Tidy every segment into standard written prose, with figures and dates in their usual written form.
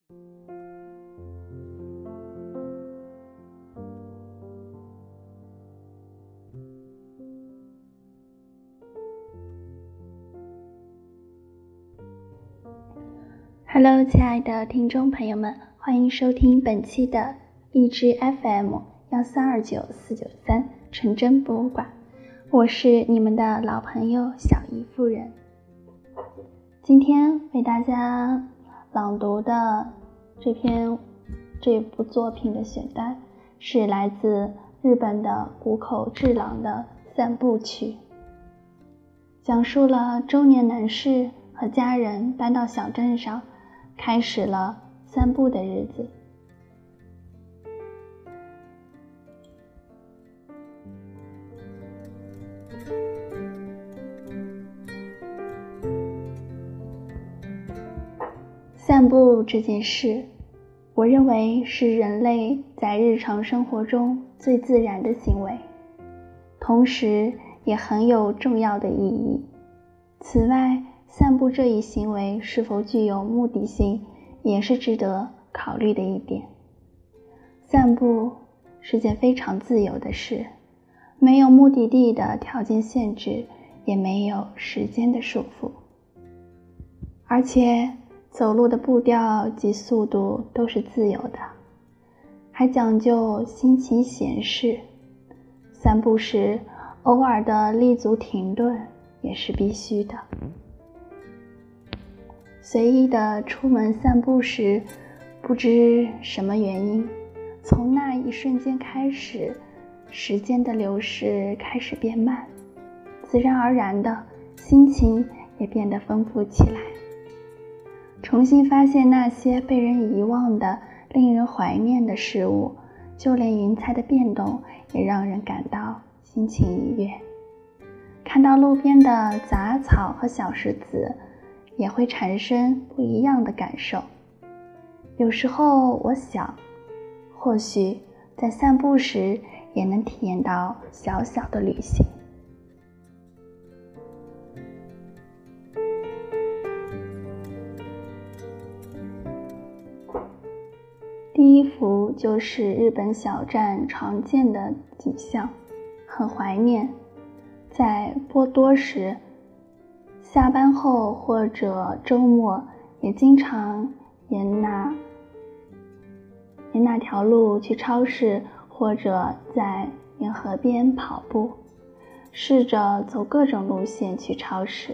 Hello， 亲爱的听众朋友们，欢迎收听本期的荔枝 FM1329493纯真博物馆，我是你们的老朋友小姨夫人。今天为大家朗读的这部作品的选段是来自日本的谷口治郎的散步曲，讲述了中年男士和家人搬到小镇上，开始了散步的日子。散步这件事，我认为是人类在日常生活中最自然的行为，同时也很有重要的意义。此外，散步这一行为是否具有目的性，也是值得考虑的一点。散步是件非常自由的事，没有目的地的条件限制，也没有时间的束缚，而且走路的步调及速度都是自由的，还讲究心情闲适。散步时偶尔的立足停顿也是必须的。随意的出门散步时，不知什么原因，从那一瞬间开始，时间的流逝开始变慢，自然而然的心情也变得丰富起来。重新发现那些被人遗忘的令人怀念的事物，就连云彩的变动也让人感到心情愉悦。看到路边的杂草和小石子，也会产生不一样的感受。有时候我想，或许在散步时也能体验到小小的旅行。第一幅就是日本小站常见的景象，很怀念。在波多时，下班后或者周末也经常沿那条路去超市，或者在沿河边跑步，试着走各种路线去超市。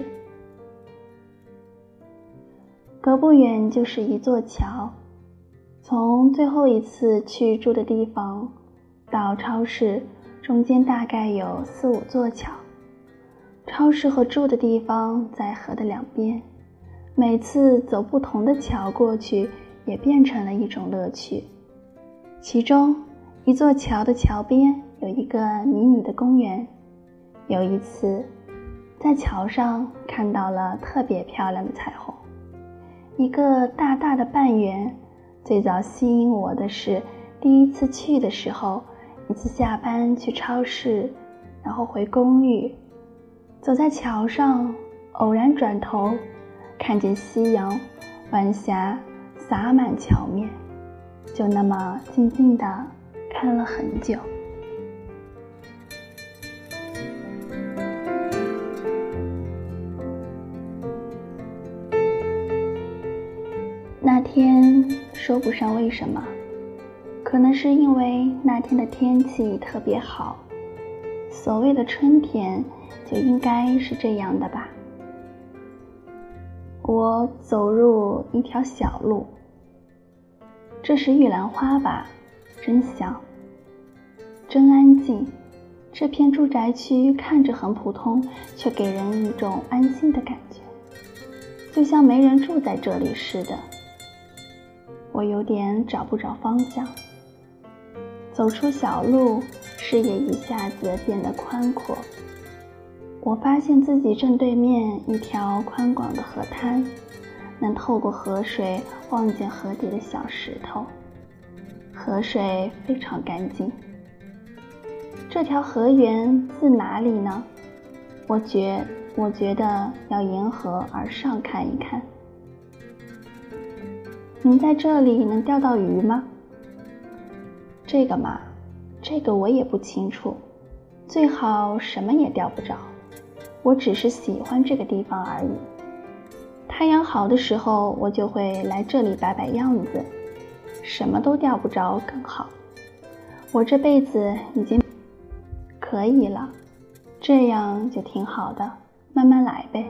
隔不远就是一座桥，从最后一次去住的地方到超市中间大概有4-5座桥。超市和住的地方在河的两边，每次走不同的桥过去也变成了一种乐趣。其中一座桥的桥边有一个迷你的公园，有一次在桥上看到了特别漂亮的彩虹，一个大大的半圆。最早吸引我的是第一次去的时候，一次下班去超市，然后回公寓，走在桥上，偶然转头看见夕阳晚霞洒满桥面，就那么静静地看了很久。那天说不上为什么，可能是因为那天的天气特别好，所谓的春天就应该是这样的吧。我走入一条小路，这是玉兰花吧，真香，真安静。这片住宅区看着很普通，却给人一种安心的感觉，就像没人住在这里似的。我有点找不着方向，走出小路，视野一下子变得宽阔。我发现自己正对面一条宽广的河滩，能透过河水望见河底的小石头，河水非常干净。这条河源自哪里呢？我觉得要沿河而上看一看。 您在这里能钓到鱼吗？这个嘛，这个我也不清楚，最好什么也钓不着，我只是喜欢这个地方而已。太阳好的时候，我就会来这里摆摆样子，什么都钓不着更好。我这辈子已经可以了，这样就挺好的，慢慢来呗。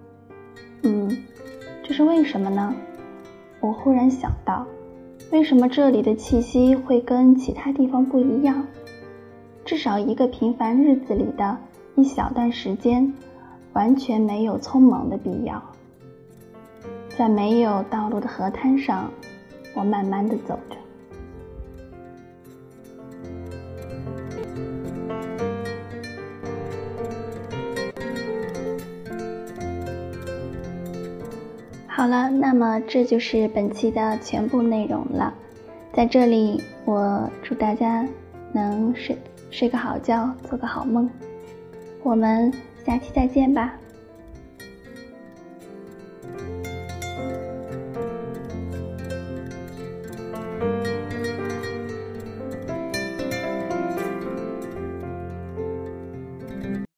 这是为什么呢？我忽然想到，为什么这里的气息会跟其他地方不一样？至少一个平凡日子里的一小段时间，完全没有匆忙的必要。在没有道路的河滩上，我慢慢地走着。好了，那么这就是本期的全部内容了。在这里，我祝大家能睡个好觉，做个好梦。我们下期再见吧。